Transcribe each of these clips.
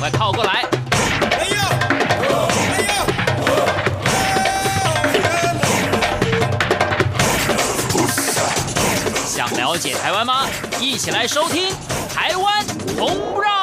快靠过来。想了解台湾吗？一起来收听台湾红不让。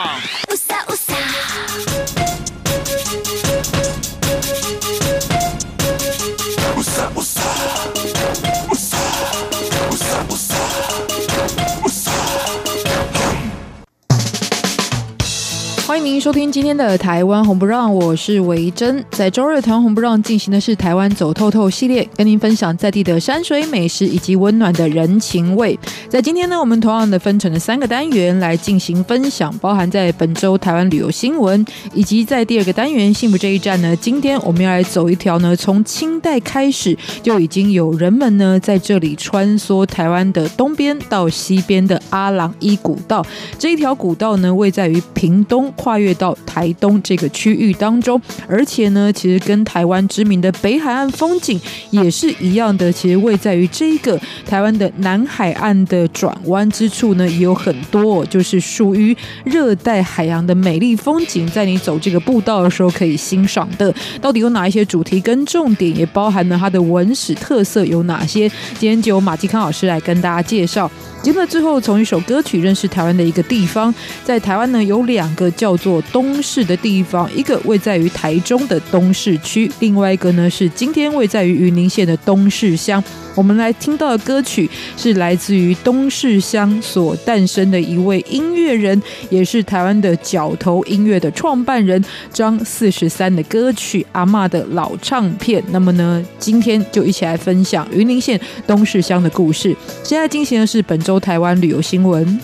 欢迎您收听今天的台湾红不让，我是维珍。在周日台湾红不让进行的是台湾走透透系列，跟您分享在地的山水美食以及温暖的人情味。在今天呢，我们同样的分成了3个单元来进行分享，包含在本周台湾旅游新闻，以及在第2个单元幸福这一站呢，今天我们要来走一条呢，从清代开始就已经有人们呢在这里穿梭台湾的东边到西边的阿朗伊古道。这一条古道呢，位在于屏东跨越到台东这个区域当中，而且呢，其实跟台湾知名的北海岸风景也是一样的，其实位在于这个台湾的南海岸的转弯之处呢，也有很多就是属于热带海洋的美丽风景，在你走这个步道的时候可以欣赏的。到底有哪一些主题跟重点，也包含了它的文史特色有哪些？今天就由马继康老师来跟大家介绍。节目的最后，从一首歌曲认识台湾的一个地方。在台湾呢，有2个叫做东势的地方，一个位在于台中的东势区，另外一个呢是今天位在于云林县的东势乡。我们来听到的歌曲是来自于东势乡所诞生的一位音乐人，也是台湾的角头音乐的创办人张43的歌曲《阿嬷的老唱片》。那么呢，今天就一起来分享云林县东势乡的故事。现在进行的是本周台湾旅游新闻。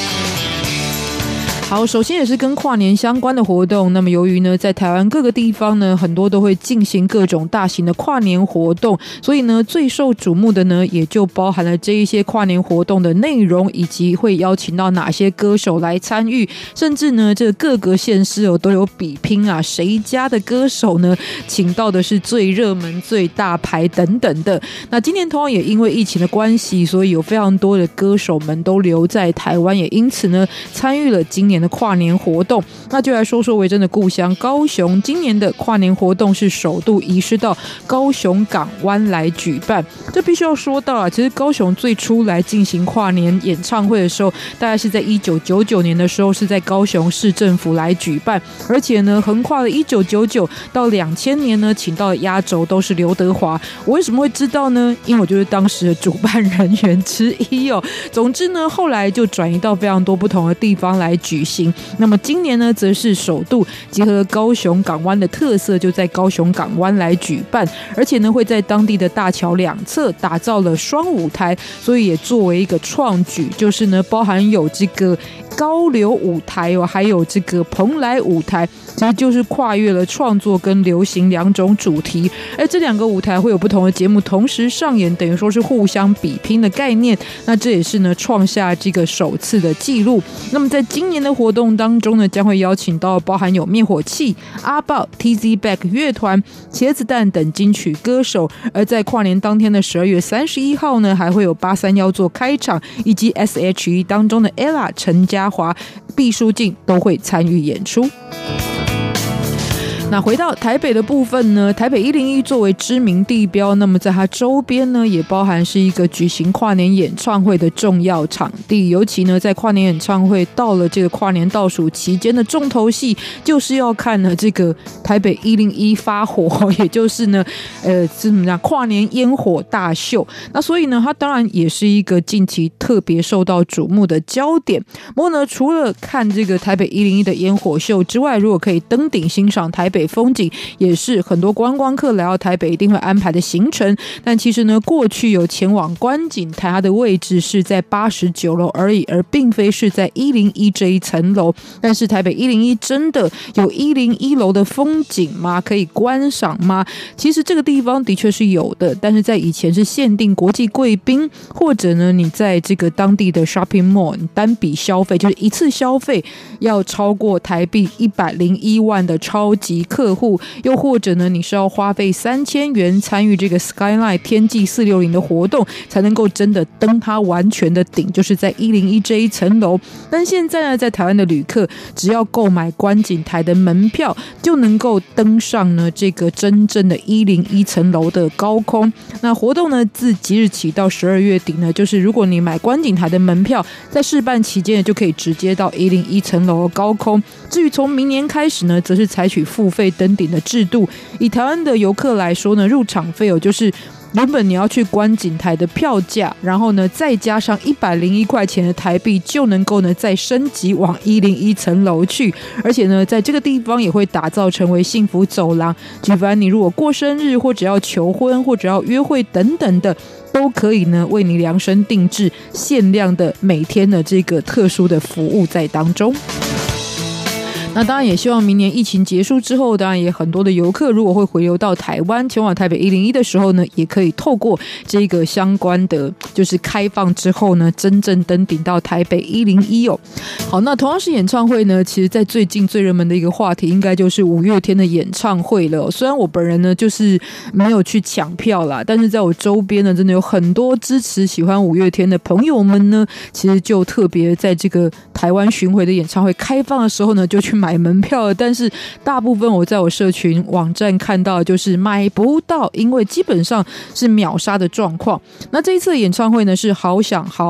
好，首先也是跟跨年相关的活动。那么由于呢，在台湾各个地方呢，很多都会进行各种大型的跨年活动，所以呢，最受瞩目的呢，也就包含了这一些跨年活动的内容，以及会邀请到哪些歌手来参与，甚至呢，这各个县市都有比拼啊，谁家的歌手呢，请到的是最热门、最大牌等等的。那今年同样也因为疫情的关系，所以有非常多的歌手们都留在台湾，也因此呢，参与了今年的跨年活动。那就来说说维珍的故乡高雄，今年的跨年活动是首度移师到高雄港湾来举办。这必须要说到啊，其实高雄最初来进行跨年演唱会的时候，大概是在1999年的时候，是在高雄市政府来举办，而且呢，横跨了1999到2000年呢，请到的压轴都是刘德华。我为什么会知道呢？因为我就是当时的主办人员之一哦。总之呢，后来就转移到非常多不同的地方来举行。那么今年呢，则是首度结合高雄港湾的特色，就在高雄港湾来举办，而且呢，会在当地的大桥2侧打造了双舞台，所以也作为一个创举，就是呢，包含有这个高流舞台哦，还有这个蓬莱舞台，其实就是跨越了创作跟流行2种主题。而这2个舞台会有不同的节目同时上演，等于说是互相比拼的概念。那这也是呢，创下这个首次的纪录。那么在今年的活动当中呢，将会邀请到包含有灭火器、阿爆、TZ Back 乐团、茄子蛋等金曲歌手。而在跨年当天的12月31号呢，还会有831做开场，以及 SHE 当中的 Ella 陈嘉华、毕书尽都会参与演出。那回到台北的部分呢，台北101作为知名地标，那么在它周边呢，也包含是一个举行跨年演唱会的重要场地。尤其呢，在跨年演唱会到了这个跨年倒数期间的重头戏，就是要看呢这个台北101发火，也就是呢，怎么讲，跨年烟火大秀。那所以呢，它当然也是一个近期特别受到瞩目的焦点。不过呢，除了看这个台北101的烟火秀之外，如果可以登顶欣赏台北风景，也是很多观光客来到台北一定会安排的行程。但其实呢，过去有前往观景台，它的位置是在89楼而已，而并非是在101这一层楼。但是台北101真的有101楼的风景吗？可以观赏吗？其实这个地方的确是有的，但是在以前是限定国际贵宾，或者呢你在这个当地的 shopping mall 单笔消费，就是一次消费要超过台币101万的超级客户，又或者呢你是要花费3000元参与这个 Skyline 天际460的活动，才能够真的登它完全的顶，就是在101这一层楼。但现在呢，在台湾的旅客只要购买观景台的门票，就能够登上呢这个真正的101层楼的高空。那活动呢，自即日起到12月底呢，就是如果你买观景台的门票，在试办期间就可以直接到101层楼的高空。至于从明年开始呢，则是采取付费登顶的制度。以台湾的游客来说呢，入场费就是原本你要去观景台的票价，然后呢再加上101块钱的台币，就能够呢再升级往101层楼去。而且呢，在这个地方也会打造成为幸福走廊，举凡你如果过生日，或者要求婚，或者要约会等等的，都可以呢为你量身定制限量的每天的这个特殊的服务在当中。那当然也希望明年疫情结束之后，当然也很多的游客如果会回流到台湾前往台北101的时候呢，也可以透过这个相关的就是开放之后呢，真正登顶到台北101哦。好，那同样是演唱会呢，其实在最近最热门的一个话题应该就是五月天的演唱会了。虽然我本人呢就是没有去抢票啦，但是在我周边呢真的有很多支持喜欢五月天的朋友们呢，其实就特别在这个台湾巡回的演唱会开放的时候呢，就去买门票了。但是大部分我在我社群网站看到的就是买不到，因为基本上是秒杀的状况。那这一次的演唱会呢是好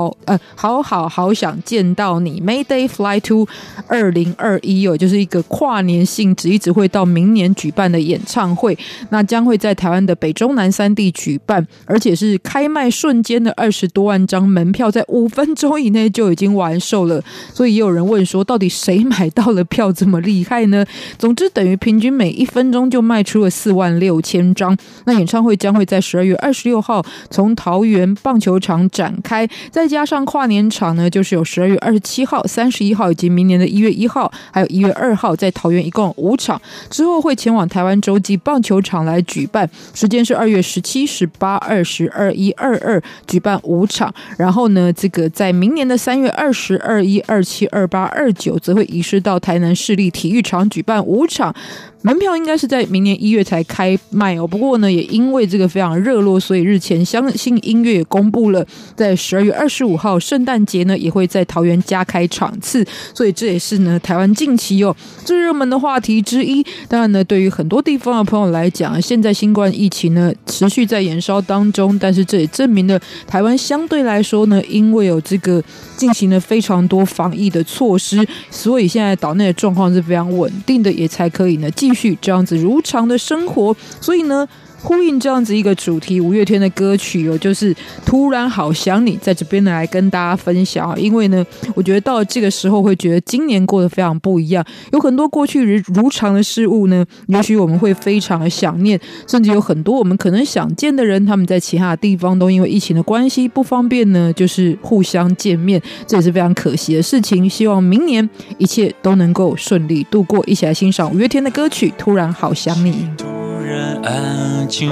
想见到你 Mayday Fly to 2021哦，就是一个跨年性质，一直会到明年举办的演唱会。那将会在台湾的北中南3地举办，而且是开卖瞬间的20多万张门票在5分钟以内就已经完售了。所以也有人问说，到底谁买到了票这么厉害呢？总之等于平均每1分钟就卖出了46000张。那演唱会将会在12月26号从桃园棒球场展开，再加上跨年场呢，就是有12月27号、31号以及明年的1月1号还有1月2号，在桃园一共5场，之后会前往台湾洲际棒球场来举办，时间是2月17、18、20、21、22举办5场。然后呢，这个在明年的3月20、21、27、28、29则会移师到台南市立体育场举办5场。门票应该是在明年1月才开卖哦。不过呢，也因为这个非常热络，所以日前相信音乐也公布了，在12月25号圣诞节呢，也会在桃园加开场次。所以这也是呢台湾近期最热门的话题之一。当然呢，对于很多地方的朋友来讲，现在新冠疫情呢持续在延烧当中，但是这也证明了台湾相对来说呢，因为有这个进行了非常多防疫的措施，所以现在岛内的状况是非常稳定的，也才可以呢继续这样子如常的生活。所以呢，呼应这样子一个主题，五月天的歌曲就是突然好想你，在这边呢来跟大家分享。因为呢，我觉得到了这个时候会觉得今年过得非常不一样，有很多过去如常的事物呢，也许我们会非常的想念，甚至有很多我们可能想见的人，他们在其他的地方都因为疫情的关系不方便呢，就是互相见面，这也是非常可惜的事情。希望明年一切都能够顺利度过，一起来欣赏五月天的歌曲《突然好想你》。 突然安静，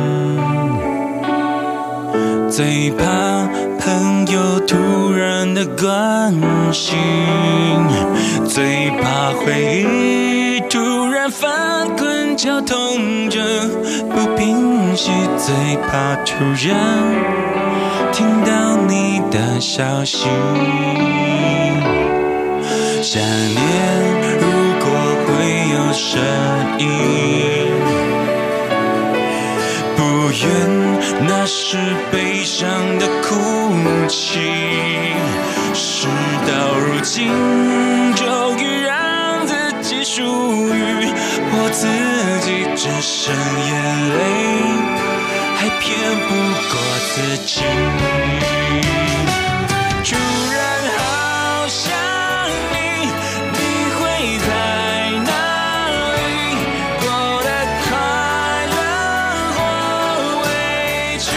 最怕朋友突然的关心，最怕回忆突然翻滚绞痛着不平息，最怕突然听到你的消息。想念如果会有声音，不愿那是悲伤的哭泣，事到如今终于让自己属于我自己，只剩眼泪还骗不过自己。突然好想你，你会在哪里？过得快乐或委屈。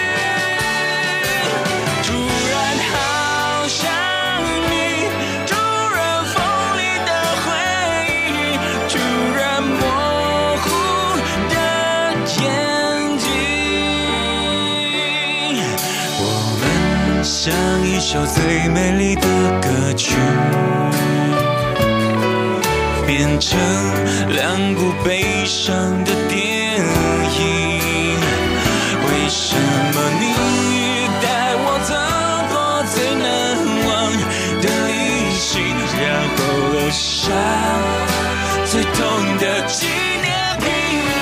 突然好想你，突然锋利的回忆，突然模糊的眼睛。我们像一首最美丽的歌曲， 变成两部悲伤的电影。为什么你带我走过最难忘的旅行，然后留下最痛的纪念品？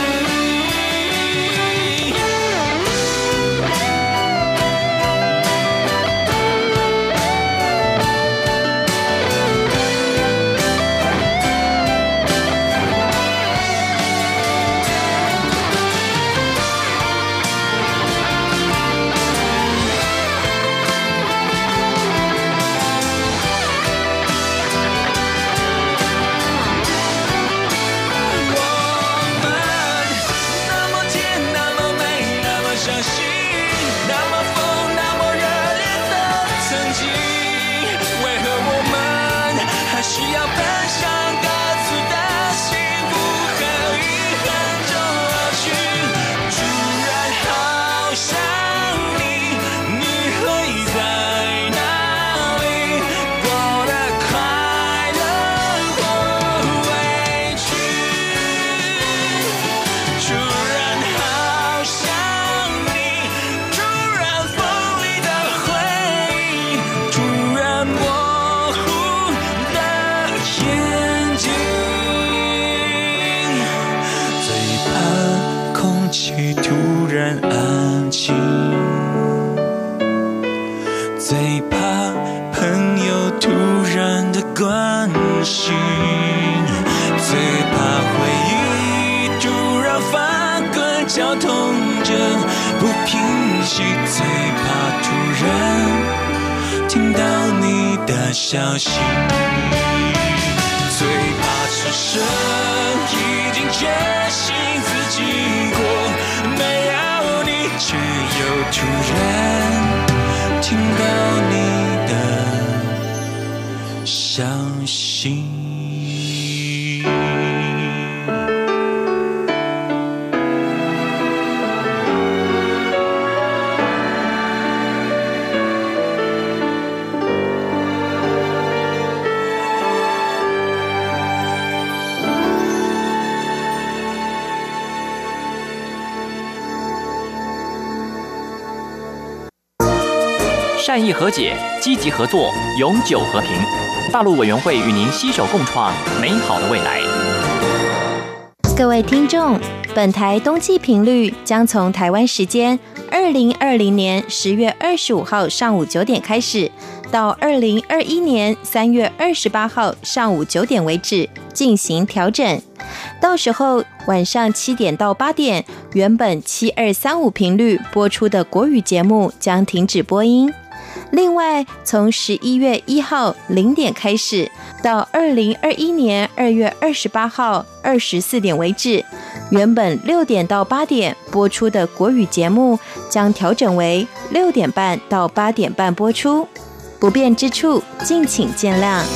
突然安静，最怕朋友突然的关心，最怕回忆突然翻滚绞痛着不平息，最怕突然听到你的消息，最怕此生已经决心自己过，没有你却又突然听到你的消息。 善意和解，积极合作，永久和平。大陆委员会与您携手共创美好的未来。 各位听众，本台冬季频率将从台湾时间2020年10月25号上午9点开始，到2021年3月28号上午9点为止进行调整。到时候晚上7点到8点，原本7235频率播出的国语节目将停止播音。另外，从11月1号0点开始，到2021年2月28号24点为止，原本6点到8点播出的国语节目将调整为6点半到8点半播出。不便之处，敬请见谅。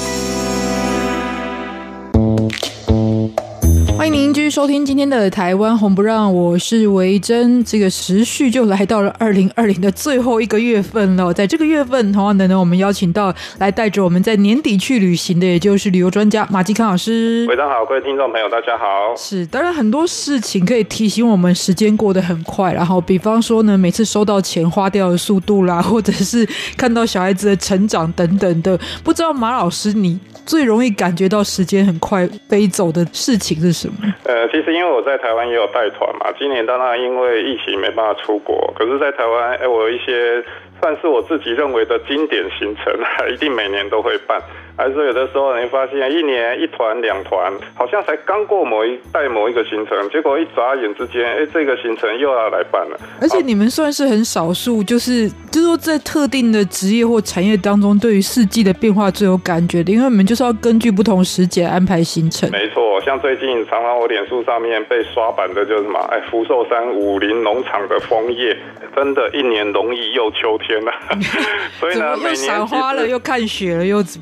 欢迎您继续收听今天的台湾红不让，我是维珍。这个时序就来到了2020的最后一个月份了。在这个月份，同样的呢，我们邀请到来带着我们在年底去旅行的，也就是旅游专家马基康老师。 维珍好，各位听众朋友大家好。 是，当然很多事情可以提醒我们时间过得很快，然后比方说呢，每次收到钱花掉的速度啦，或者是看到小孩子的成长等等的。不知道马老师，你最容易感觉到时间很快飞走的事情是什么？ 其实因为我在台湾也有带团嘛，今年当然因为疫情没办法出国，可是在台湾，我有一些算是我自己认为的经典行程，一定每年都会办。还是有的时候你发现一年1团2团，好像才刚过某一个行程，结果一眨眼之间，这个行程又要来办了。 而且你们算是很少数，就是说在特定的职业或产业当中，对于四季的变化最有感觉的，因为你们就是要根据不同时节安排行程。没错， 像最近常常我脸书上面被刷版的就是什么，福寿山武林农场的枫叶，真的一年容易又秋天了。所以呢， 又赏花了，又看雪了，又怎么样？对，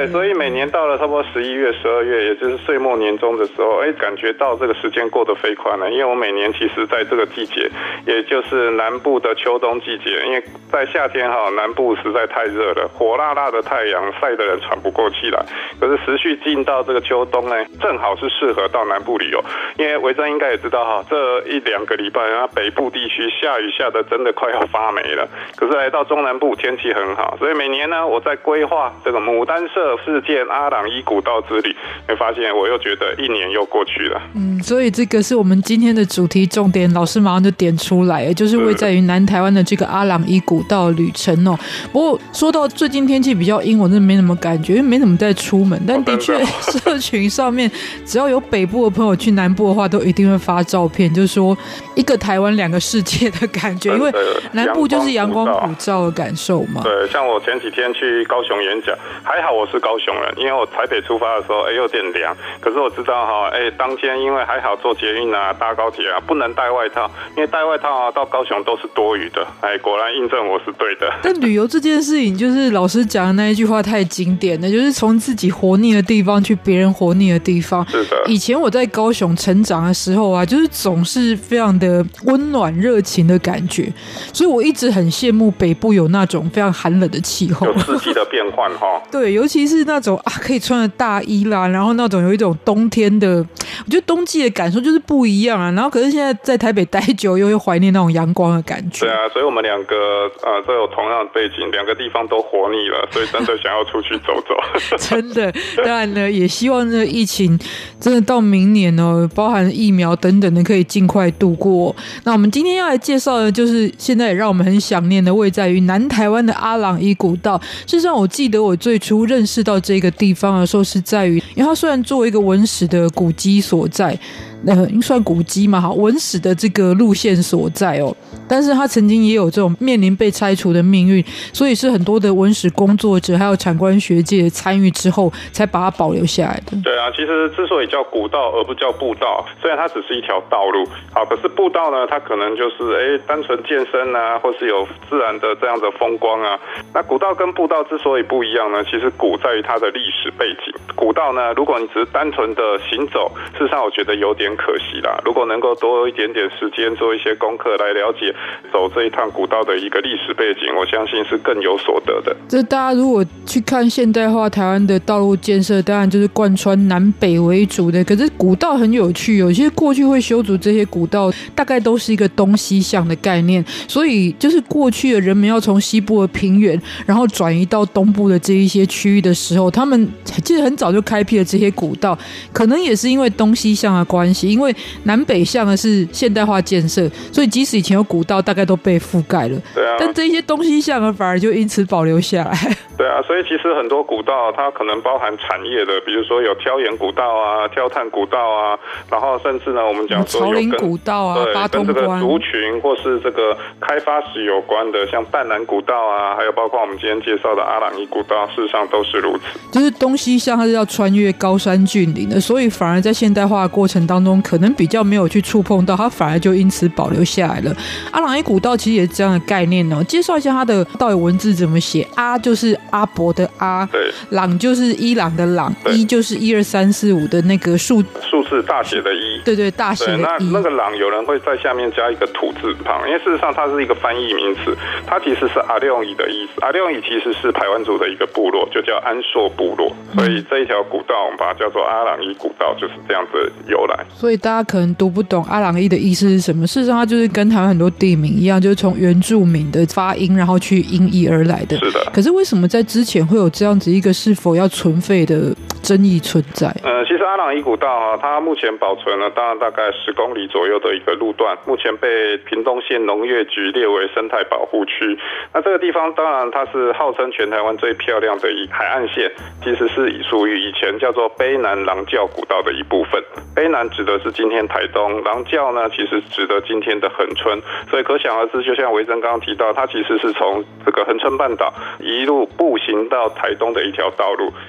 所以每年到了差不多11月、12月，也就是岁末年终的时候，感觉到这个时间过得飞快呢。因为我每年其实在这个季节，也就是南部的秋冬季节，因为在夏天南部实在太热了，火辣辣的太阳晒得人喘不过气来。可是持续进到这个秋冬呢，正好是适合到南部旅游。因为维珍应该也知道这1-2个礼拜北部地区下雨下的真的快要发霉了。可是来到中南部天气很好，所以每年呢我在规划这个牡丹社事件阿朗伊古道之旅，会发现我又觉得1年又过去了。 所以这个是我们今天的主题重点，老师马上就点出来，就是位在于南台湾的这个阿朗伊古道旅程哦。不过说到最近天气比较阴，我真的没什么感觉，因为没怎么在出门。但的确，社群上面只要有北部的朋友去南部的话，都一定会发照片，就是说一个台湾2个世界的感觉，因为南部就是阳光普照的感受嘛。 对，像我前几天去高雄演讲，还好我是高雄人，因为我台北出发的时候有点凉，可是我知道当天因为还好坐捷运啊、搭高铁啊，不能带外套，因为带外套到高雄都是多余的。果然印证我是对的。 但旅游这件事情，就是老师讲的那一句话太经典了，就是从自己活腻的地方去别人活腻的地方。 是的。 以前我在高雄成长的时候啊，就是总是非常的温暖热情的感觉，所以我一直很羡慕北部有那种非常寒冷的气候， 有四季的变换对，尤其是那种可以穿的大衣啦，然后那种有一种冬天的，我觉得冬季的感受就是不一样啊。然后可是现在在台北待久，又会怀念那种阳光的感觉。 对啊，所以我们2个都有同样的背景，2个地方都活腻了，所以真的想要出去走走。 真的，当然呢，也希望这疫情真的到明年包含疫苗等等的，可以尽快度过。那我们今天要来介绍的，就是现在也让我们很想念的，位在于南台湾的阿朗伊古道。事实上，我记得我最初认识到这个地方的时候，是在于，因为它虽然作为一个文史的古迹所在，应算古迹嘛，好，文史的这个路线所在哦，但是它曾经也有这种面临被拆除的命运，所以是很多的文史工作者还有产官学界参与之后，才把它保留下来的。 对啊，其实之所以叫古道而不叫步道，虽然它只是一条道路，好，可是步道呢，它可能就是单纯健身啊，或是有自然的这样的风光啊。那古道跟步道之所以不一样呢，其实古在于它的历史背景。古道呢，如果你只是单纯的行走，事实上我觉得有点可惜啦。如果能够多一点点时间做一些功课来了解走这一趟古道的一个历史背景，我相信是更有所得的。 这大家如果去看现代化台湾的道路建设，当然就是贯穿南北为主的，可是古道很有趣，有些过去会修筑这些古道，大概都是一个东西向的概念，所以就是过去的人们要从西部的平原，然后转移到东部的这一些区域的时候，他们其实很早就开辟了这些古道，可能也是因为东西向的关系，因为南北向的是现代化建设，所以即使以前有古道，大概都被覆盖了。 对啊， 但这些东西向的反而就因此保留下来。 对啊，所以其实很多古道它可能包含产业的，比如说有挑盐古道啊、挑炭古道啊，然后甚至呢，我们讲说草林古道啊、八通关， 跟这个族群或是这个开发史有关的，像淡南古道啊，还有包括我们今天介绍的阿朗伊古道，事实上都是如此。 就是东西向它是要穿越高山峻岭的，所以反而在现代化的过程当中，可能比较没有去触碰到，它反而就因此保留下来了。阿朗伊古道其实也是这样的概念哦。介绍一下它的到底文字怎么写，阿就是阿伯的阿， 对， 朗就是伊朗的朗，一就是1、2、3、4、5的那个数字大写的一， 对对，大写的一。 那个朗有人会在下面加一个土字旁，因为事实上它是一个翻译名词，它其实是阿廖伊的意思。阿廖伊其实是排湾族的一个部落，就叫安硕部落，所以这一条古道我们把它叫做阿朗伊古道，就是这样子由来。 所以大家可能读不懂阿朗伊的意思是什么，事实上它就是跟台湾很多地名一样，就是从原住民的发音然后去音译而来的。 是的。 可是为什么在之前会有这样子一个是否要存废的争议存在？ 其实阿朗伊古道它目前保存了大概10公里左右的一个路段，目前被屏东县农业局列为生态保护区。那这个地方当然它是号称全台湾最漂亮的一海岸线，其实是属于以前叫做卑南狼教古道的一部分。卑南指的是今天台东，狼教呢其实指的今天的恒春，所以可想而知，就像维珍刚刚提到，它其实是从这个恒春半岛一路步行到台东的一条道路。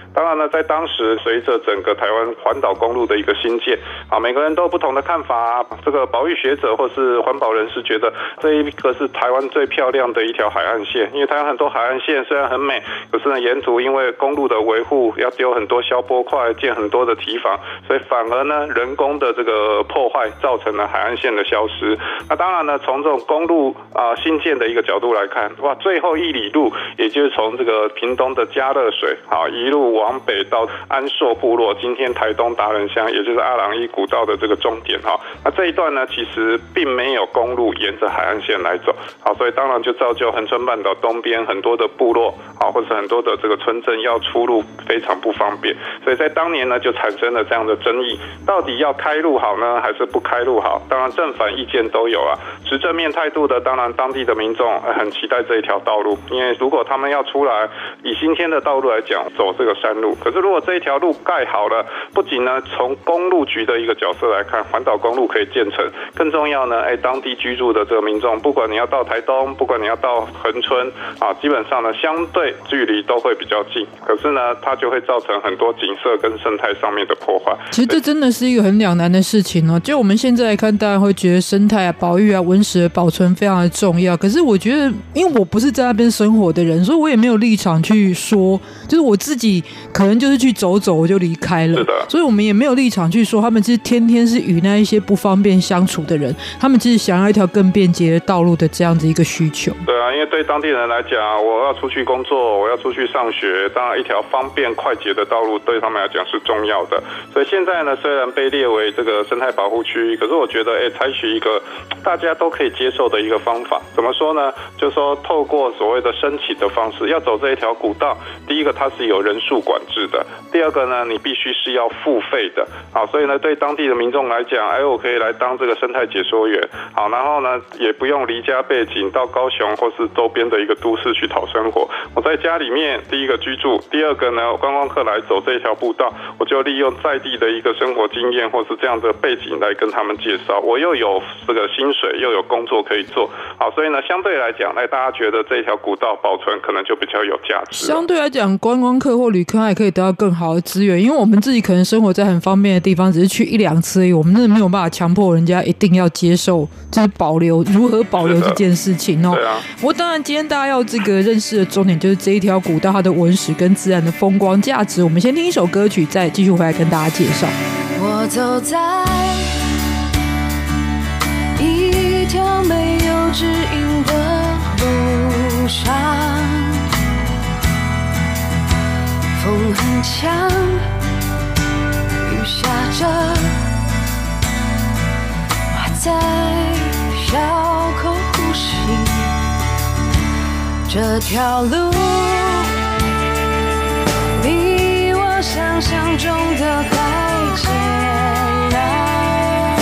当然呢，在当时随着整个台湾环岛公路的一个新建，每个人都有不同的看法。这个保育学者或是环保人士觉得这一个是台湾最漂亮的一条海岸线，因为台湾很多海岸线虽然很美，可是呢沿途因为公路的维护要丢很多消波块，建很多的堤防，所以反而呢人工的这个破坏造成了海岸线的消失。那当然呢，从这种公路新建的一个角度来看，哇，最后1里路，也就是从这个屏东的嘉乐水一路往北到安朔部落，今天台东达人乡，也就是阿朗壹古道的这个终点那这一段呢其实并没有公路沿着海岸线来走，所以当然就造就恒春半岛东边很多的部落或是很多的这个村镇要出入非常不方便，所以在当年呢就产生了这样的争议，到底要开路好呢还是不开路好？当然正反意见都有持正面态度的当然当地的民众很期待这一条道路，因为如果他们要出来以新天的道路来讲走这个山路，可是如果这一条路盖好了，不仅呢从公路局的一个角色来看环岛公路可以建成，更重要呢当地居住的这个民众，不管你要到台东，不管你要到恒春基本上呢相对距离都会比较近，可是呢它就会造成很多景色跟生态上面的破坏。 其实这真的是一个很两难的事情就我们现在来看，当然会觉得生态保育文史的保存非常的重要，可是我觉得因为我不是在那边生活的人，所以我也没有立场去说，就是我自己可能就是去走走我就离开了， 是的， 所以我们也没有立场去说他们是天天是与那一些不方便相处的人，他们其实想要一条更便捷的道路的这样子一个需求。 对因为对当地人来讲，我要出去工作，我要出去上学，当然一条方便快捷的道路对他们来讲是重要的。所以现在呢，虽然被列为这个生态保护区，可是我觉得采取一个大家都可以接受的一个方法。怎么说呢？就是说透过所谓的申请的方式，要走这一条古道，第一个它是有人数管制的，第二个呢你必须是要付费的。所以呢对当地的民众来讲，我可以来当这个生态解说员，然后呢也不用离家背景到高雄或是周边的一个都市去讨生活，我在家里面第一个居住，第二个呢观光客来走这一条步道，我就利用在地的一个生活经验或是这样的背景来跟他们介绍，我又有这个薪水又有工作可以做，所以呢相对来讲大家觉得这条古道保存可能就比较有价值。 相对来讲观光客或旅客还可以得到更好的资源，因为我们自己可能生活在很方便的地方，只是去1-2次而已，我们真的没有办法强迫人家一定要接受就是保留如何保留这件事情对不过当然今天大家要这个认识的重点就是这一条古道它的文史跟自然的风光价值。我们先听一首歌曲，再继续回来跟大家介绍。 我走在一条没有指引的路上，风很强，雨下着，我还在绕口呼吸。这条路比我想象中的还艰难，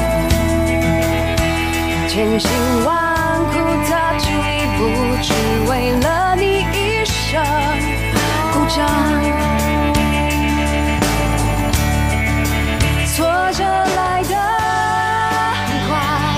千辛万苦踏出一步，只为了你一声鼓掌。挫折来得很快，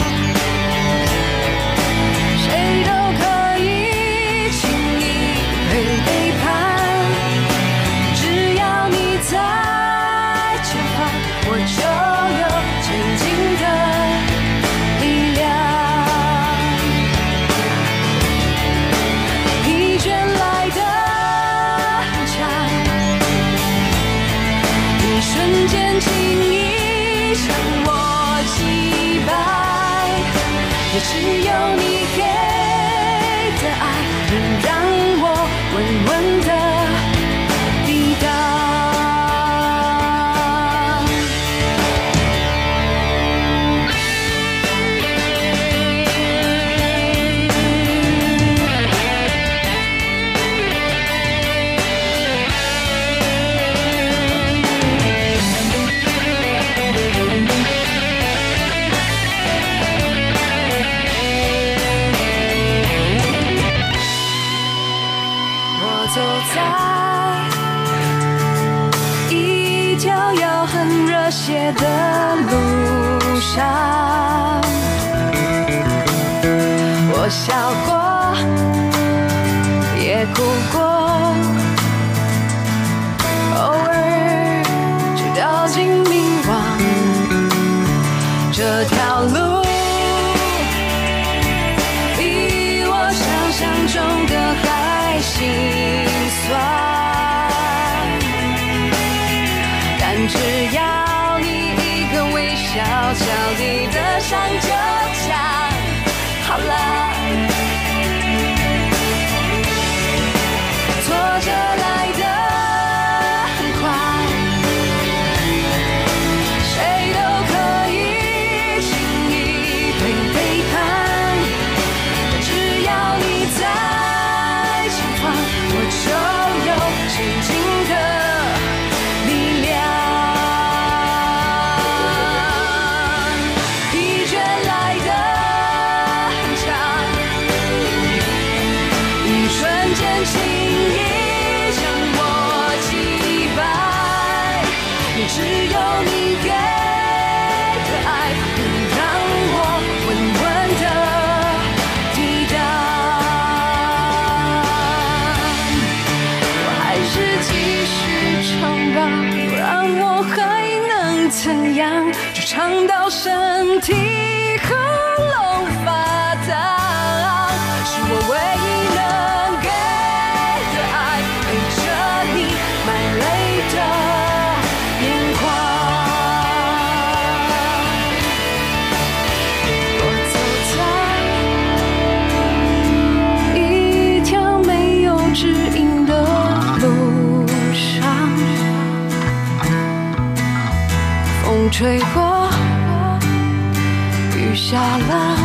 谁都可以轻易被背叛，只要你在前方，我就有前进的力量。疲倦来得很强，一瞬间轻易将我击败，也只有你给的爱能让我稳稳的抵挡。我走在一条要很热血的路上，我笑过，也哭过， 怎样，就唱到身体喉咙发烫，是我唯一能给的爱，陪着你满泪的眼眶。我走在一条没有指引的路上，风吹过，雨下了。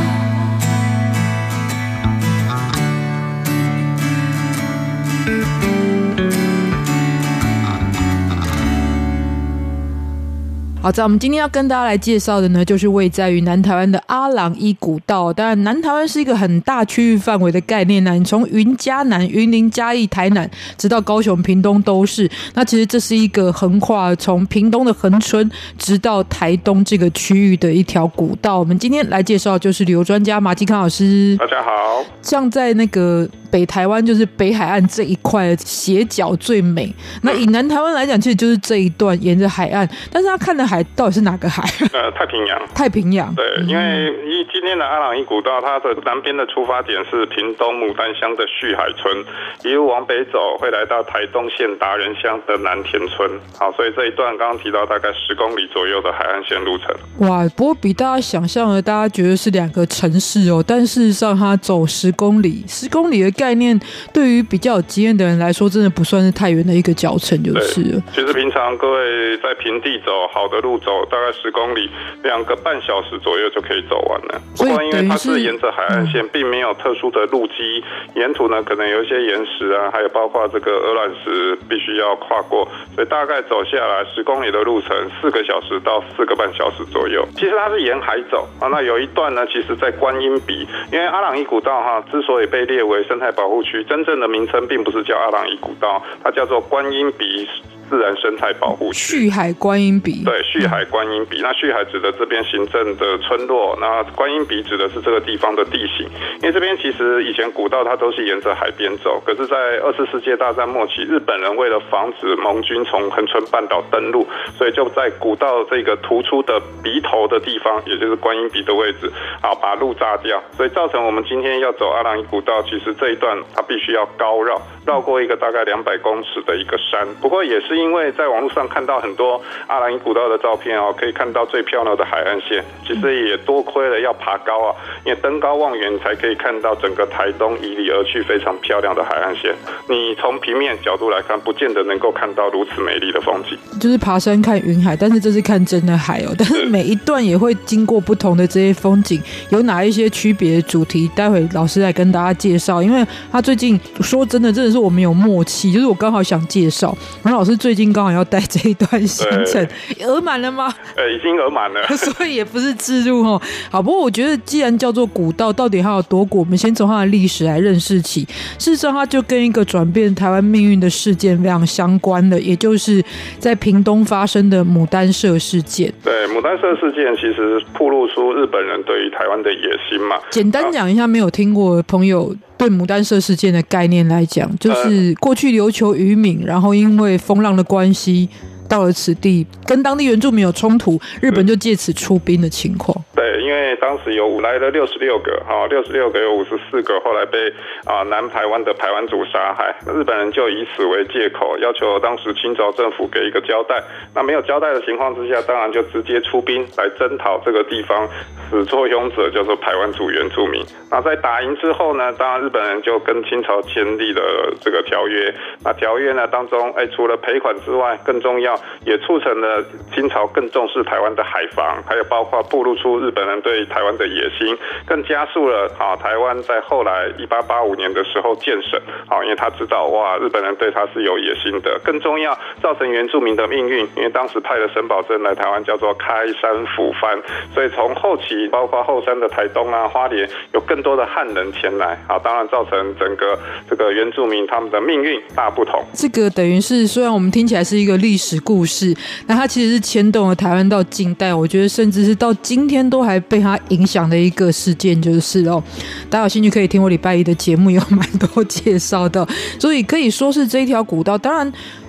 好，在我们今天要跟大家来介绍的呢，就是位在于南台湾的阿朗伊古道。当然，南台湾是一个很大区域范围的概念呢，你从云嘉南、云林、嘉义、台南，直到高雄、屏东都是。那其实这是一个横跨从屏东的恒春，直到台东这个区域的一条古道。我们今天来介绍就是旅游专家马基康老师。 大家好。 像在那个北台湾，就是北海岸这一块斜角最美。那以南台湾来讲，其实就是这一段沿着海岸，但是他看的海到底是哪个海？ 太平洋。 太平洋。 对，因为今天的阿朗伊古道，它的南边的出发点是屏东牡丹乡的旭海村，一路往北走会来到台东县达人乡的南田村。好，所以这一段刚刚提到大概10公里左右的海岸线路程。 哇，不过比大家想象的，大家觉得是2个城市哦，但事实上它走10公里，10公里的概念对于比较有经验的人来说，真的不算是太远的一个脚程就是了。 其实平常各位在平地走，好的路走大概10公里，2个半小时左右就可以走完了。不过因为它是沿着海岸线，并没有特殊的路基，沿途呢可能有一些岩石啊，还有包括这个鹅卵石必须要跨过，所以大概走下来10公里的路程4个小时到4个半小时左右。其实它是沿海走啊，那有一段呢，其实在观音鼻，因为阿朗伊古道之所以被列为生态保护区，真正的名称并不是叫阿朗伊古道，它叫做观音鼻自然生态保护区。 旭海观音鼻。 对，旭海观音鼻。那旭海指的这边行政的村落，那观音鼻指的是这个地方的地形。因为这边其实以前古道它都是沿着海边走，可是在2次世界大战末期，日本人为了防止盟军从恒春半岛登陆，所以就在古道这个突出的鼻头的地方，也就是观音鼻的位置，把路炸掉，所以造成我们今天要走阿朗伊古道，其实这一段它必须要高绕过一个大概200公尺的一个山。不过也是因为在网络上看到很多阿朗伊古道的照片可以看到最漂亮的海岸线，其实也多亏了要爬高因为登高望远才可以看到整个台东以里而去非常漂亮的海岸线。你从平面角度来看，不见得能够看到如此美丽的风景。 就是爬山看云海，但是这是看真的海但是每一段也会经过不同的这些风景，有哪一些区别的主题，待会老师来跟大家介绍。因为他最近说真的是我们有默契，就是我刚好想介绍，然后老师最近刚好要带这一段行程，额满了吗？ 已经额满了， 所以也不是置入好，不过我觉得既然叫做古道，到底它有多古？我们先从它的历史来认识起。事实上，它就跟一个转变台湾命运的事件非常相关的，也就是在屏东发生的牡丹社事件。 对，牡丹社事件其实暴露出日本人对于台湾的野心嘛。 简单讲一下，没有听过的朋友对牡丹社事件的概念来讲，就是过去琉球渔民，然后因为风浪的关系到了此地，跟当地原住民有冲突，日本就借此出兵的情况。 对，因为当时来了66个，66个有54个后来被南台湾的排湾族杀害，日本人就以此为借口，要求当时清朝政府给一个交代。那没有交代的情况之下，当然就直接出兵来征讨这个地方始作俑者，叫做排湾族原住民。那在打赢之后呢，当然日本人就跟清朝签立了这个条约。那条约呢当中，除了赔款之外，更重要也促成了清朝更重视台湾的海防，还有包括暴露出日本人对台湾的野心，更加速了台湾在后来1885年的时候建省，因为他知道日本人对他是有野心的。更重要，造成原住民的命运，因为当时派了沈葆桢来台湾，叫做开山抚番，所以从后期包括后山的台东花莲，有更多的汉人前来，当然造成整个这个原住民他们的命运大不同。 这个等于是虽然我们听起来是一个历史故事，但它其实是牵动了台湾到近代，我觉得甚至是到今天都还被它影响的一个事件，就是大家有兴趣可以听我礼拜一的节目，有蛮多介绍的，所以可以说是这一条古道。当然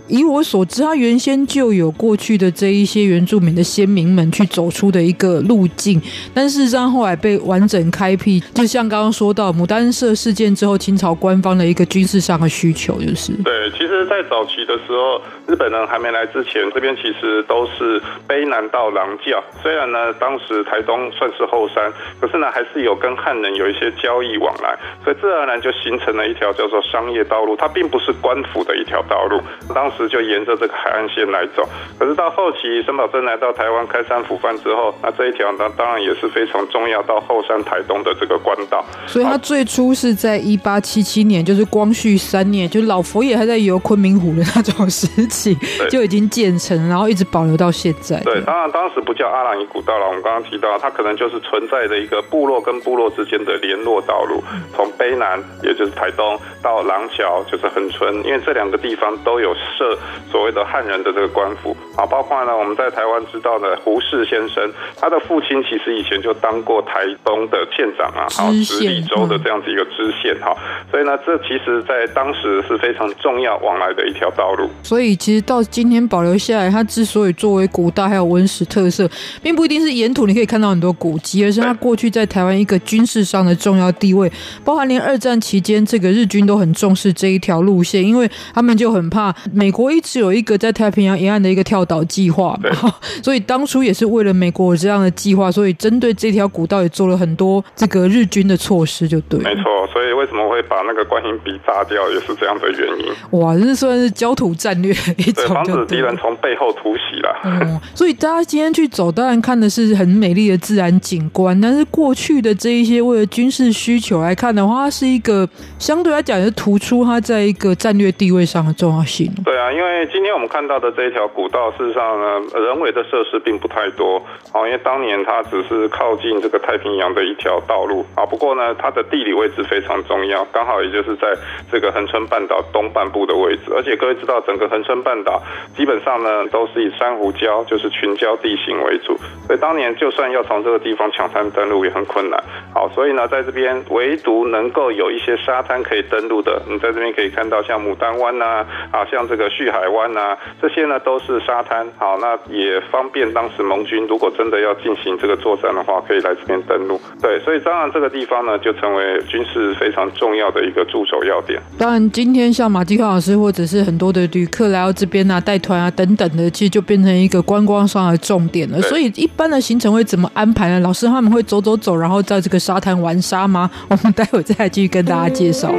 以我所知，它原先就有过去的这一些原住民的先民们去走出的一个路径，但事实上后来被完整开辟，就像刚刚说到牡丹社事件之后，清朝官方的一个军事上的需求，就是对。其实，在早期的时候，日本人还没来之前，这边其实都是卑南到狼教。虽然呢，当时台东算是后山，可是呢，还是有跟汉人有一些交易往来，所以自然而然就形成了一条叫做商业道路。它并不是官府的一条道路，当时就沿着这个海岸线来走。可是到后期，沈葆桢来到台湾开山抚番之后，那这一条呢，当然也是非常重要，到后山台东的这个官道。 所以它最初是在1877年，就是光绪3年，就是老佛爷还在游昆明湖的那种时期就已经建成，然后一直保留到现在。 对，当然当时不叫阿朗伊古道了，我们刚刚提到，它可能就是存在的一个部落跟部落之间的联络道路，从卑南，也就是台东，到廊桥，就是恒春，因为这两个地方都有设所谓的汉人的这个官府啊，包括呢我们在台湾知道的胡适先生，他的父亲其实以前就当过台东的县长啊，直隶州的这样子一个知县哈，所以呢，这其实在当时是非常重要往来的一条道路。 所以其实到今天保留下来，它之所以作为古道还有文史特色，并不一定是沿途你可以看到很多古迹，而是它过去在台湾一个军事上的重要地位，包含连2战期间这个日军都很重视这一条路线，因为他们就很怕美国一直有一个在太平洋沿岸的一个跳岛计划嘛，所以当初也是为了美国有这样的计划，所以针对这条古道也做了很多这个日军的措施，就对了。 没错，所以为什么会把那个观音鼻炸掉，也是这样的原因。 哇，这算是焦土战略的一种， 对，防止敌人从背后突袭啦。 所以大家今天去走，当然看的是很美丽的自然景观，但是过去的这一些为了军事需求来看的话，它是一个相对来讲是突出它在一个战略地位上的重要性。 对啊，因为今天我们看到的这一条古道，事实上呢，人为的设施并不太多，因为当年它只是靠近这个太平洋的一条道路啊。不过呢，它的地理位置非常重要，刚好也就是在这个恒春半岛东半部的位置。而且各位知道，整个恒春半岛基本上呢都是以珊瑚礁，就是群礁地形为主，所以当年就算要从这个地方抢滩登陆也很困难。好，所以呢，在这边唯独能够有一些沙滩可以登陆的，你在这边可以看到像牡丹湾啊，像这个旭海湾啊，这些呢都是沙滩。好，那也方便当时盟军如果真的要进行这个作战的话，可以来这边登陆。对，所以当然这个地方呢就成为军事非常重要的一个驻守要点。 当然，今天像马继康老师或者是很多的旅客来到这边啊、带团啊等等的，其实就变成一个观光上的重点了。所以一般的行程会怎么安排呢？老师他们会走走走，然后在这个沙滩玩沙吗？我们待会再来继续跟大家介绍。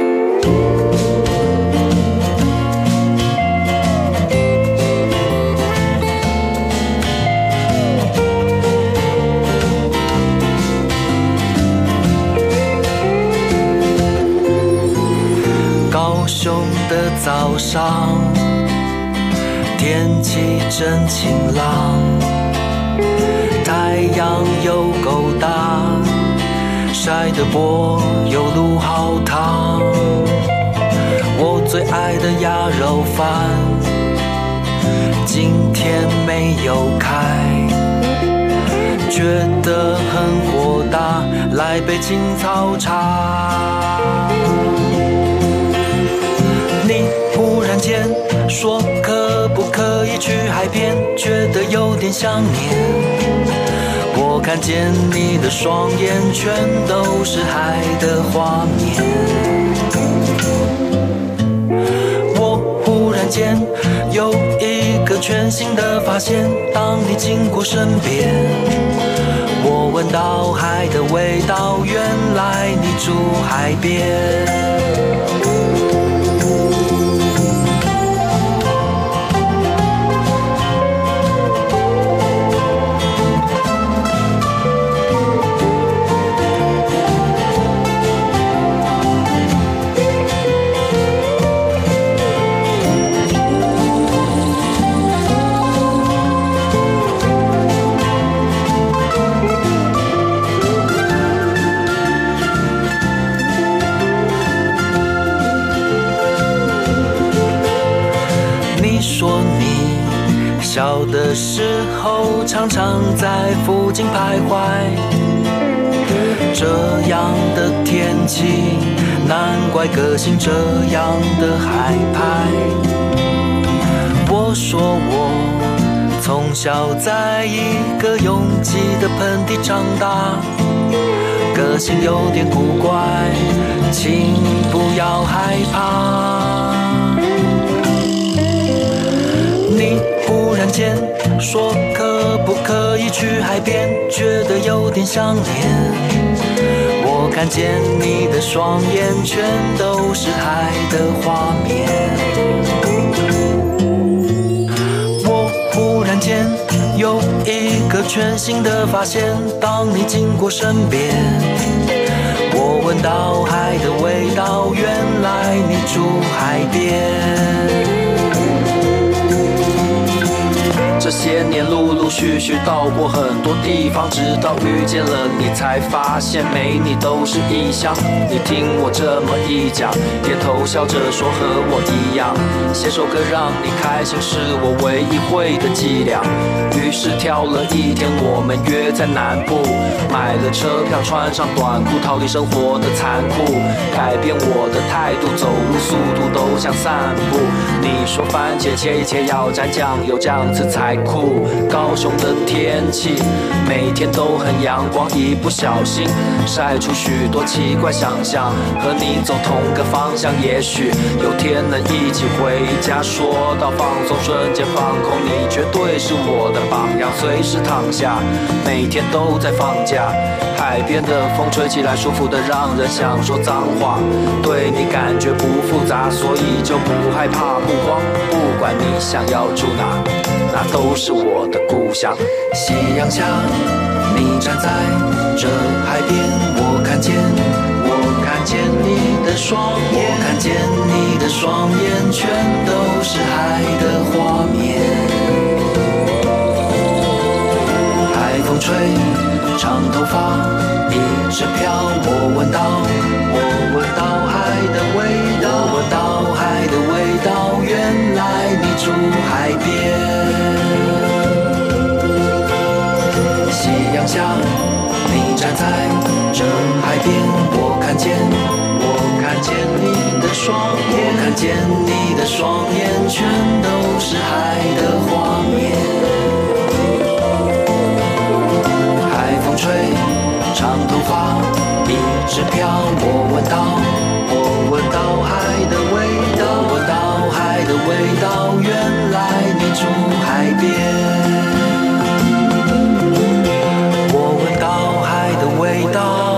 高雄的早上，天气真晴朗，太阳有够大，晒得我有路好烫。我最爱的鸭肉饭，今天没有开，觉得很火大，来杯青草茶。你忽然间说可不可以去海边，觉得有点想念。我看见你的双眼全都是海的画面。我忽然间有一个全新的发现，当你经过身边，我闻到海的味道，原来你住海边。小的时候常常在附近徘徊，这样的天气难怪个性这样的海派。 说我从小在一个拥挤的盆地长大，个性有点古怪，请不要害怕。你忽然间说可不可以去海边，觉得有点想念。我看见你的双眼全都是海的画面。我忽然间有一个全新的发现，当你经过身边，我闻到海的味道，原来你住海边。这些年陆陆续续到过很多地方，直到遇见了你才发现没你都是异乡。你听我这么一讲，点头笑着说和我一样，写首歌让你开心是我唯一会的伎俩。于是挑了一天我们约在南部，买了车票穿上短裤，逃离生活的残酷，改变我的态度，走路速度都像散步。你说番茄切一切要沾酱油，这样子才酷。高雄的天气每天都很阳光，一不小心晒出许多奇怪想象，和你走同个方向，也许有天能一起回家。说到放松，瞬间放空，你绝对是我的榜样，随时躺下，每天都在放假。海边的风吹起来舒服的让人想说脏话，对你感觉不复杂，所以就不害怕不慌，不管你想要住哪，那都是我的故乡。夕阳下你站在这海边，我看见你的双眼，我看见你的双眼全都是海的画面。海风吹长头发一直飘，我闻到海的味道，我闻到海的味道，原来你住海边。夕阳下你站在这海边，我看见你的双眼，我看见你的双眼全都是海的画面。海风吹长头发一直飘，我闻到海的味道，我闻到海的味道，原来你住海边。我闻到海的味道。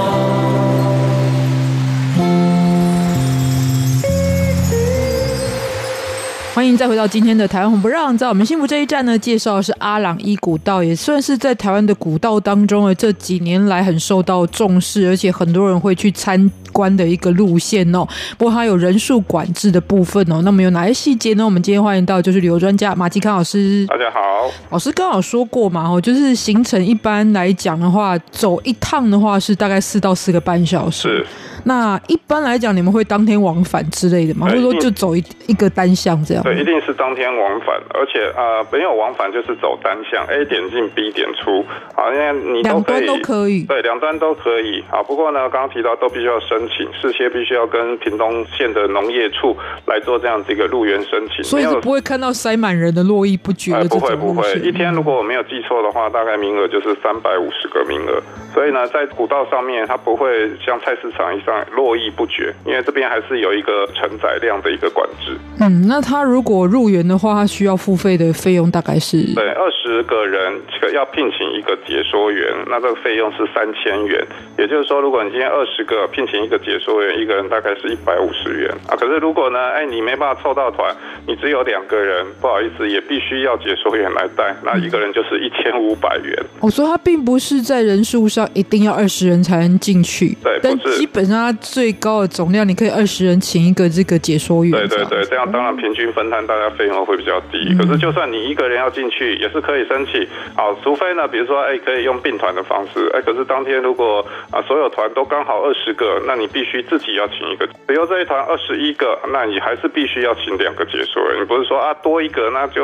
欢迎再回到今天的台湾红不让。在我们幸福这一站呢，介绍的是阿朗伊古道，也算是在台湾的古道当中这几年来很受到重视，而且很多人会去参观的一个路线哦。不过它有人数管制的部分哦。那么有哪些细节呢？我们今天欢迎到就是旅游专家马继康老师。 大家好。 老师刚好说过嘛，就是行程一般来讲的话，走一趟的话是大概4到4个半小时。 是。 那一般来讲，你们会当天往返之类的吗？或者说就走一个单向这样？ 对，一定是当天往返，而且没有往返就是走单向 ，A 点进 B 点出啊，因为你都可以， 两端都可以， 对，两端都可以啊。不过呢，刚刚提到都必须要申请，事先必须要跟屏东县的农业处来做这样子一个入园申请， 所以是不会看到塞满人的络绎不绝的这种路线。 不会，一天如果我没有记错的话，大概名额就是350个名额。所以呢，在古道上面，它不会像菜市场一样络绎不绝，因为这边还是有一个承载量的一个管制。 那他如果入园的话，他需要付费的费用大概是？对 ，20个人要聘请一个解说员，那这个费用是3000元。也就是说，如果你今天20个聘请一个解说员，一个人大概是150元啊。可是如果呢，你没办法凑到团，你只有2个人，不好意思，也必须要解说员来带，那一个人就是1500元。 所以他并不是在人数上一定要20人才能进去， 对， 但基本上它最高的总量，你可以20人请一个这个解说员。 对，这样当然平均分摊，大家费用会比较低。可是就算你一个人要进去，也是可以申请。好，除非呢，比如说可以用并团的方式，可是当天如果所有团都刚好20个，那你必须自己要请一个。比如这一团21个，那你还是必须要请2个解说员。你不是说多一个，那就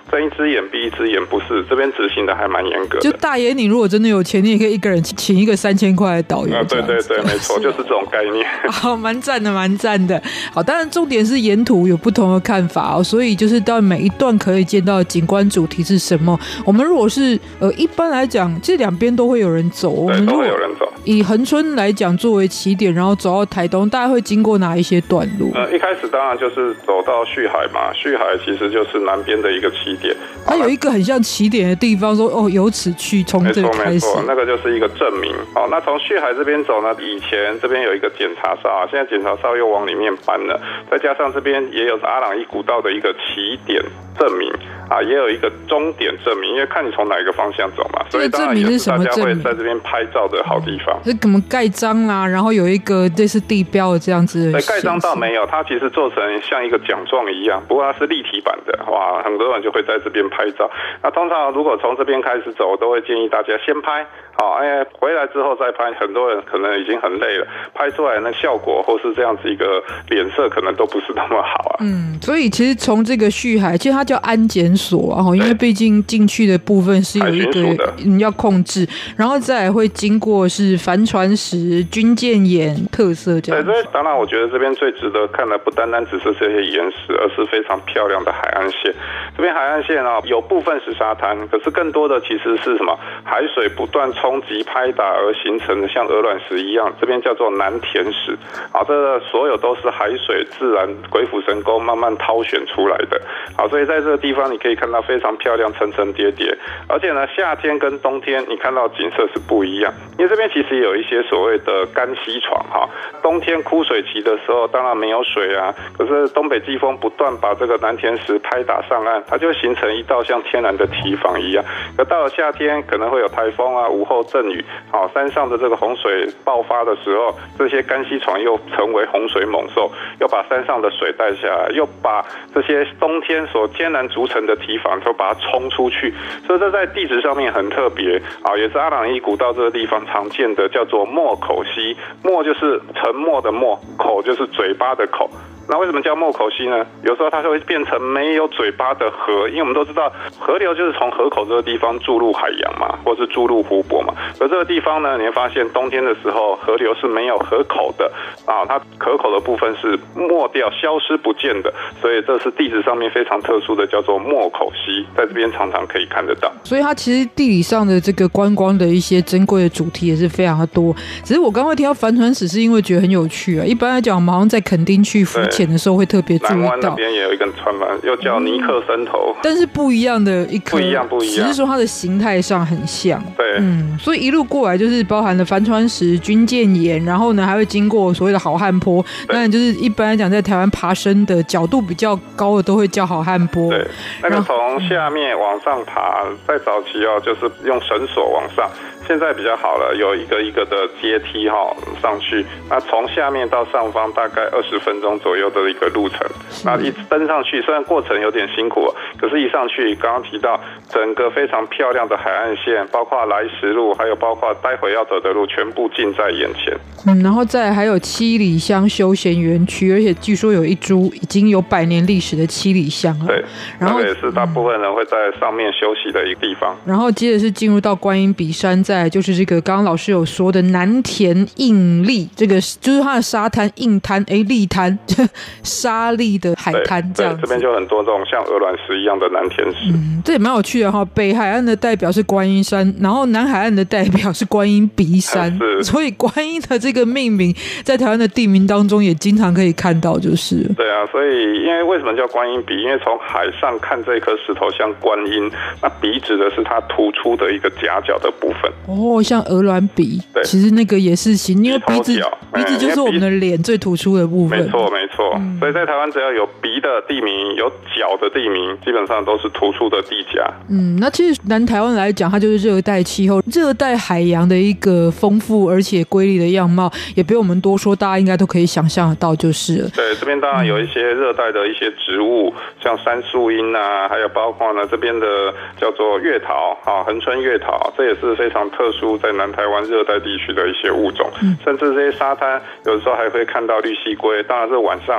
睁一只眼闭一只眼，不是，这边执行的还蛮严格的。 就大爷，你如果真的有钱，你也可以一个人请一个3000块的导游。 对对对，没错，就是这种概念。 好，蛮赞的，蛮赞的。好，当然重点是沿途有不同的看法哦，所以就是到每一段可以见到的景观主题是什么。我们如果是一般来讲，其实两边都会有人走，我们都会有人走。 以恒春来讲作为起点，然后走到台东，大概会经过哪一些段路？ 一开始当然就是走到旭海嘛，旭海其实就是南边的一个起点。 它有一个很像起点的地方，说哦，由此去，从这个开始。 没错，那个就是一个证明。好，那从旭海这边走呢，以前这边有一个检查哨，现在检查哨又往里面搬了，再加上这边也有阿朗壹古道的一个起点证明啊，也有一个终点证明，因为看你从哪一个方向走嘛，所以当然也是大家会在这边拍照的好地方。 是怎么盖章啦，然后有一个类似地标的这样子的。 对，盖章倒没有，它其实做成像一个奖状一样，不过它是立体版的，哇，很多人就会在这边拍照。那通常如果从这边开始走，我都会建议大家先拍。好，回来之后再拍，很多人可能已经很累了，拍出来那效果或是这样子一个脸色可能都不是那么好啊。 所以其实从这个旭海，其实它叫安检所啊，因为毕竟进去的部分是有一个要控制，然后再来会经过是帆船石、军舰岩特色这样。 对，当然我觉得这边最值得看的不单单只是这些岩石，而是非常漂亮的海岸线。这边海岸线啊，有部分是沙滩，可是更多的其实是什么？海水不断冲击拍打而形成的像鹅卵石一样，这边叫做南田石。好，这个所有都是海水自然鬼斧神工慢慢掏选出来的。好，所以在这个地方你可以看到非常漂亮，层层叠叠。而且呢，夏天跟冬天你看到景色是不一样，因为这边其实有一些所谓的干溪床哈。冬天枯水期的时候，当然没有水啊，可是东北季风不断把这个南田石拍打上岸，它就形成一道像天然的堤防一样。可到了夏天，可能会有台风啊、午后阵雨，好，山上的这个洪水爆发的时候，这些干溪床又成为洪水猛兽，又把山上的水带下来，又把这些冬天所天然筑成的堤防就把它冲出去，所以这在地质上面很特别啊，也是阿朗壹古道这个地方常见的，叫做墨口溪。墨就是沉默的墨，口就是嘴巴的口。那为什么叫墨口溪呢？有时候它就会变成没有嘴巴的河，因为我们都知道河流就是从河口这个地方注入海洋嘛，或是注入湖泊嘛。而这个地方呢，你会发现冬天的时候河流是没有河口的啊，它河口的部分是没掉、消失不见的，所以这是地质上面非常特殊的，叫做墨口溪，在这边常常可以看得到。 所以它其实地理上的这个观光的一些珍贵的主题也是非常的多。只是我刚刚会提到帆船史，是因为觉得很有趣啊。一般来讲，我们好像在垦丁去浮潜的时候会特别注意到， 南湾那边也有一个船帆，又叫尼克森头， 但是不一样的一颗， 不一样， 只是说它的形态上很像。 对， 所以一路过来就是包含了帆船石、军舰岩，然后呢还会经过所谓的好汉坡。当然就是一般来讲，在台湾爬升的角度比较高的都会叫好汉坡。 对，那个从下面往上爬，在早期就是用绳索往上。现在比较好了，有一个一个的阶梯上去，那从下面到上方大概20分钟左右的一个路程。那一登上去，虽然过程有点辛苦，可是一上去，刚刚提到整个非常漂亮的海岸线，包括来时路，还有包括待会要走的路，全部近在眼前。 然后再来还有七里乡休闲园区，而且据说有一株已经有100年历史的七里乡了。 对， 然后那个也是大部分人会在上面休息的一个地方。 然后接着是进入到观音比山，再来就是这个刚刚老师有说的南田硬砾，这个就是它的沙滩硬滩，砾滩沙砾的海滩这样子。 这边就很多这种像鹅卵石一样的南田石。 这也蛮有趣的哈。北海岸的代表是观音山，然后南海岸的代表是观音鼻山，所以观音的这个命名在台湾的地名当中也经常可以看到，就是。 对啊，所以因为为什么叫观音鼻？因为从海上看这颗石头像观音，那鼻指的是它突出的一个夹角的部分。 哦，像鹅卵鼻。对，其实那个也是形，因为鼻子就是我们的脸最突出的部分。 没错没错，所以在台湾只要有鼻的地名、有角的地名，基本上都是突出的地夹。 那其实南台湾来讲，它就是热带气候、热带海洋的一个丰富而且瑰丽的样貌，也不用我们多说，大家应该都可以想象得到就是了。 对，这边当然有一些热带的一些植物，像山树樱啊，还有包括呢这边的叫做月桃恒春月桃，这也是非常特殊在南台湾热带地区的一些物种。甚至这些沙滩有的时候还会看到绿蜥龟，当然是晚上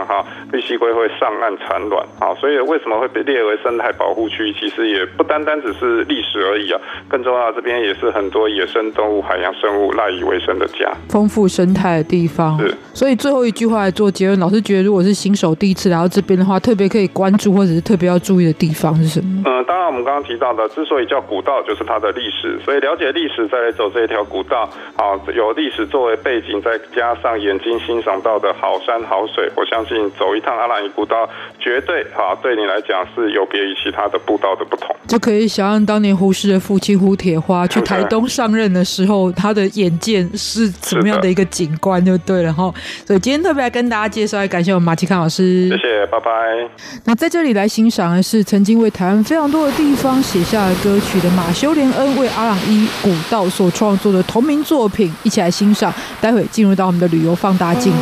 绿蜥龟会上岸产卵所以为什么会被列为生态保护区？其实也不单单只是历史而已更重要的这边也是很多野生动物、海洋生物赖以为生的家， 丰富生态的地方。 是， 所以最后一句话来做结论，老师觉得如果是新手第一次来到这边的话，特别可以关注或者是特别要注意的地方是什么？ 当然我们刚刚提到的，之所以叫古道，就是它的历史，所以了解历史再来走这一条古道有历史作为背景，再加上眼睛欣赏到的好山好水，我相信走一趟阿兰伊古道绝对对你来讲是有别于其他的步道的不同。 就可以想象当年胡适的父亲胡铁花去台东上任的时候，他的眼见是怎么样的一个景观就对了齁。所以今天特别来跟大家介绍，也感谢我们马启康老师， 谢谢，拜拜。 那在这里来欣赏的是曾经为台湾非常多的地方写下了歌曲的马修连恩为阿朗伊古道所创作的同名作品，一起来欣赏。待会进入到我们的旅游放大镜。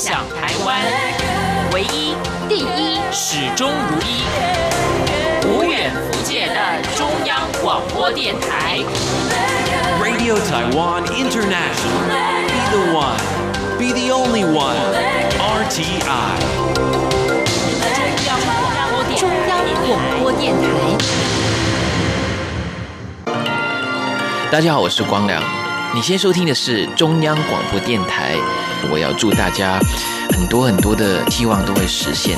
享台湾，唯一、第一、始终如一，无远弗届的中央广播电台。 Radio Taiwan International. Be the one. Be the only one. RTI. 中央广播电台。 大家好，我是光良。你先收听的是中央广播电台。我要祝大家很多很多的希望都会实现。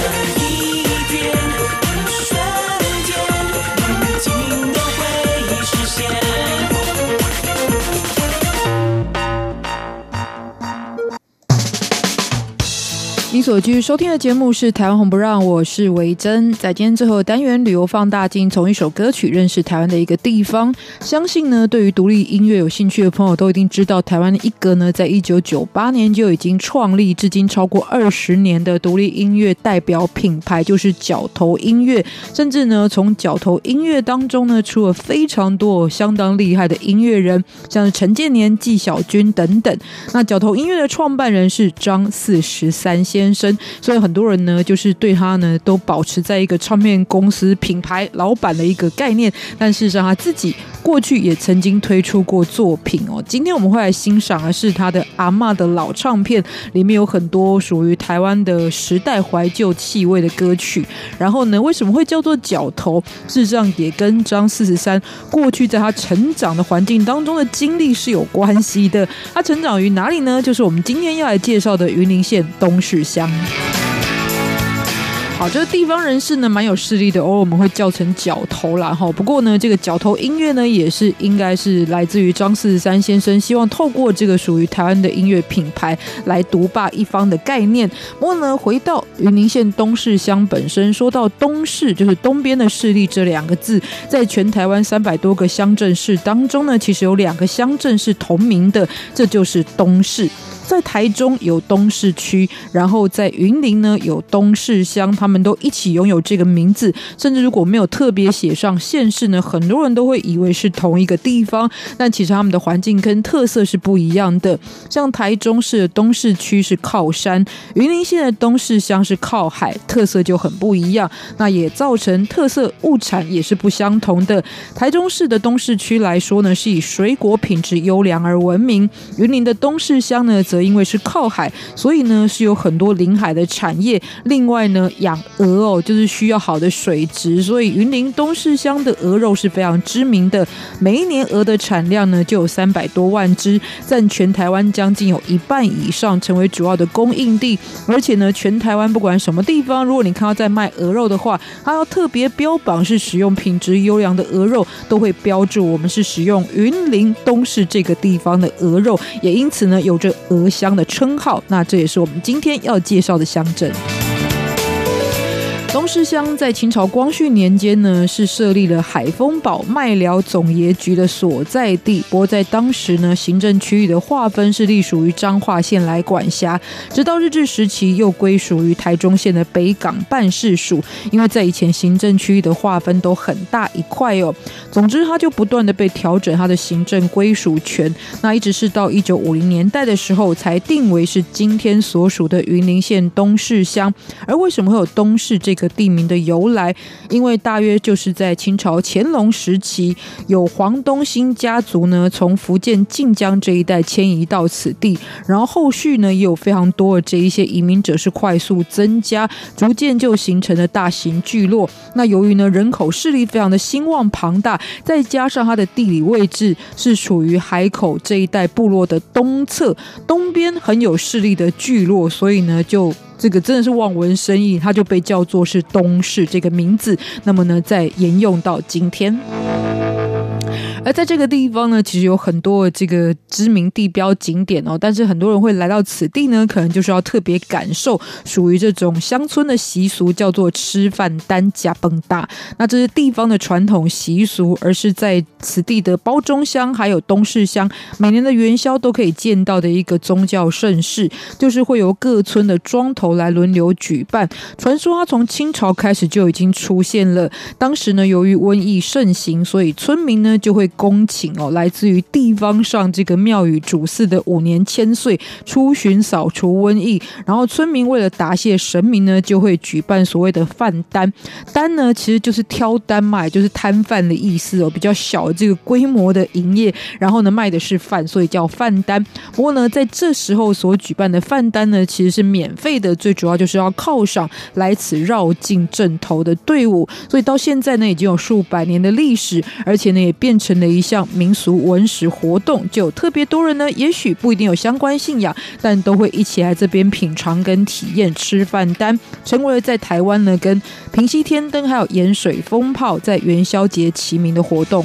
你所继续收听的节目是台湾红不让，我是维珍。在今天最后单元旅游放大镜，从一首歌曲认识台湾的一个地方。相信呢，对于独立音乐有兴趣的朋友都一定知道，台湾一个呢，在1998年就已经创立，至今超过20年的独立音乐代表品牌就是角头音乐。甚至呢，从角头音乐当中呢，出了非常多相当厉害的音乐人，像是陈建年、纪晓君等等。那角头音乐的创办人是张43先生，所以很多人呢就是对他呢都保持在一个唱片公司品牌老板的一个概念，但事实上他自己过去也曾经推出过作品哦。今天我们会来欣赏的是他的阿嬷的老唱片，里面有很多属于台湾的时代怀旧气味的歌曲。然后呢，为什么会叫做角头？事实上也跟张43过去在他成长的环境当中的经历是有关系的。他成长于哪里呢？就是我们今天要来介绍的云林县东势乡。好，这个地方人士呢蛮有势力的，偶尔我们会叫成角头啦。不过呢，这个角头音乐呢也是应该是来自于张43先生希望透过这个属于台湾的音乐品牌来独霸一方的概念。不过呢，回到云林县东势乡本身，说到东势就是东边的势力这两个字，在全台湾300多个乡镇市当中呢，其实有2个乡镇是同名的，这就是东势。在台中有东势区，然后在云林呢有东势乡，他们都一起拥有这个名字，甚至如果没有特别写上县市呢，很多人都会以为是同一个地方，但其实他们的环境跟特色是不一样的。像台中市的东势区是靠山，云林县的东势乡是靠海，特色就很不一样，那也造成特色物产也是不相同的。台中市的东势区来说呢，是以水果品质优良而闻名，云林的东势乡呢则因为是靠海，所以呢是有很多临海的产业。另外呢，养鹅就是需要好的水质，所以云林东势乡的鹅肉是非常知名的。每一年鹅的产量呢就有300多万只，占全台湾将近有1半以上，成为主要的供应地。而且呢，全台湾不管什么地方，如果你看到在卖鹅肉的话，它要特别标榜是使用品质优良的鹅肉，都会标注我们是使用云林东势这个地方的鹅肉，也因此呢有着鹅乡的称号。那这也是我们今天要介绍的乡镇。东势乡在清朝光绪年间呢，是设立了海丰堡麦寮总业局的所在地。不过在当时呢，行政区域的划分是隶属于彰化县来管辖，直到日治时期又归属于台中县的北港办事署。因为在以前行政区域的划分都很大一块哦。总之，它就不断的被调整它的行政归属权。那一直是到1950年代的时候，才定为是今天所属的云林县东势乡。而为什么会有东势这个地名的由来？因为大约就是在清朝乾隆时期，有黄东兴家族呢从福建晋江这一带迁移到此地，然后后续呢也有非常多的这一些移民者是快速增加，逐渐就形成了大型聚落。那由于呢人口势力非常的兴旺庞大，再加上它的地理位置是处于海口这一带部落的东侧，东边很有势力的聚落，所以呢就这个真的是望文生义，它就被叫做是东势这个名字。那么呢再沿用到今天。而在这个地方呢，其实有很多这个知名地标景点哦，但是很多人会来到此地呢，可能就是要特别感受属于这种乡村的习俗，叫做吃饭单加蹦大。那这是地方的传统习俗，而是在此地的褒忠乡还有东势乡每年的元宵都可以见到的一个宗教盛事，就是会由各村的庄头来轮流举办。传说它从清朝开始就已经出现了，当时呢由于瘟疫盛行，所以村民呢就会恭请来自于地方上这个庙宇主祀的5年千岁出巡扫除瘟疫，然后村民为了答谢神明呢，就会举办所谓的饭单。单呢其实就是挑单卖，就是摊贩的意思比较小的这个规模的营业，然后呢卖的是饭，所以叫饭单。不过呢，在这时候所举办的饭单呢，其实是免费的，最主要就是要犒赏来此绕境阵头的队伍，所以到现在呢，已经有数百年的历史，而且呢，也变成了一项民俗文史活动，就有特别多人呢，也许不一定有相关信仰，但都会一起来这边品尝跟体验吃饭单，成为了在台湾呢跟平溪天灯还有盐水风炮在元宵节齐名的活动。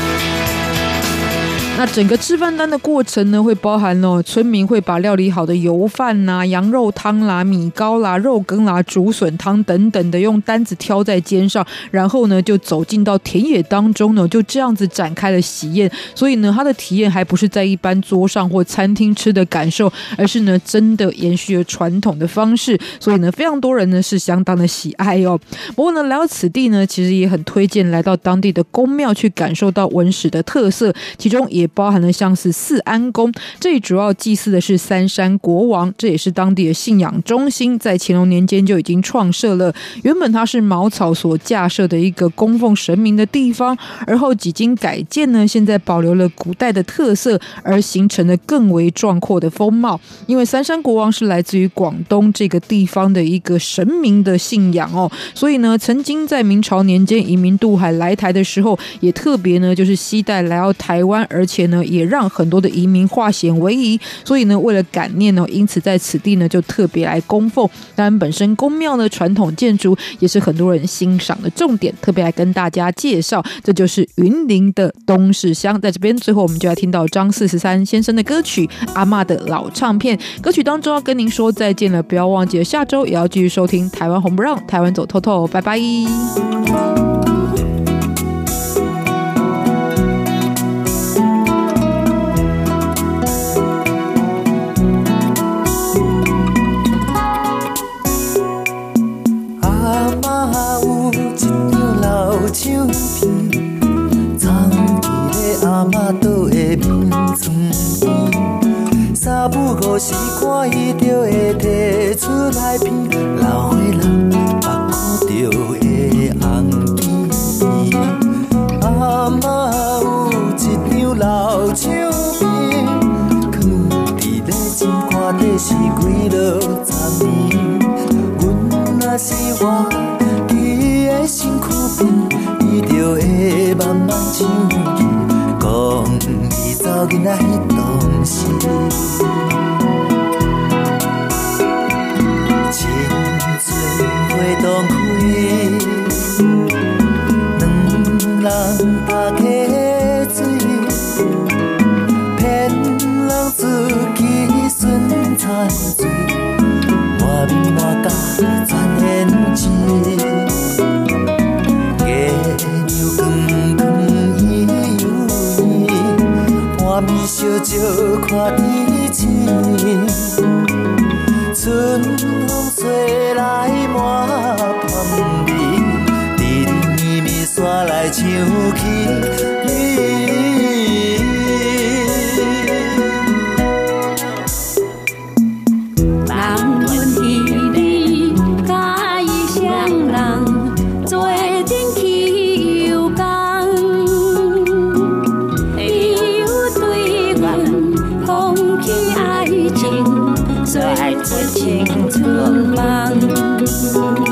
那整个吃饭单的过程呢，会包含村民会把料理好的油饭啦、羊肉汤啦、米糕啦、肉羹啦、竹笋汤等等的用单子挑在肩上，然后呢就走进到田野当中呢，就这样子展开了喜宴。所以呢，它的体验还不是在一般桌上或餐厅吃的感受，而是呢真的延续了传统的方式。所以呢，非常多人呢是相当的喜爱哦。不过呢，来到此地呢，其实也很推荐来到当地的宫庙去感受到文史的特色，其中也包含了像是四安宫，这里主要祭祀的是三山国王，这也是当地的信仰中心，在乾隆年间就已经创设了。原本它是茅草所架设的一个供奉神明的地方，而后几经改建呢，现在保留了古代的特色，而形成了更为壮阔的风貌。因为三山国王是来自于广东这个地方的一个神明的信仰所以呢，曾经在明朝年间移民渡海来台的时候，也特别呢就是携带来到台湾，而且呢也让很多的移民化险为夷，所以呢为了感念因此在此地呢就特别来供奉。当然本身宫庙的传统建筑也是很多人欣赏的重点，特别来跟大家介绍，这就是云林的东势乡。在这边最后我们就来听到张413先生的歌曲《阿嬷的老唱片》，歌曲当中要跟您说再见了，不要忘记了下周也要继续收听台湾红不让，台湾走透透，拜拜。 唱片藏伫咧阿嬷桌的眠床边，3不5时看伊就会摕出来片，老岁人目眶着会红记。阿嬷有一张老唱片，藏伫咧心肝底是几落10年，阮若是我伫的身躯边。伊就会慢慢唱起，讲伊走囡仔迄当时，青春花当开，两人打开水，骗人自己顺残水，满面满甲全胭脂。半暝烧酒看天星，春风吹来满밤里，连绵绵山来唱起。青春梦。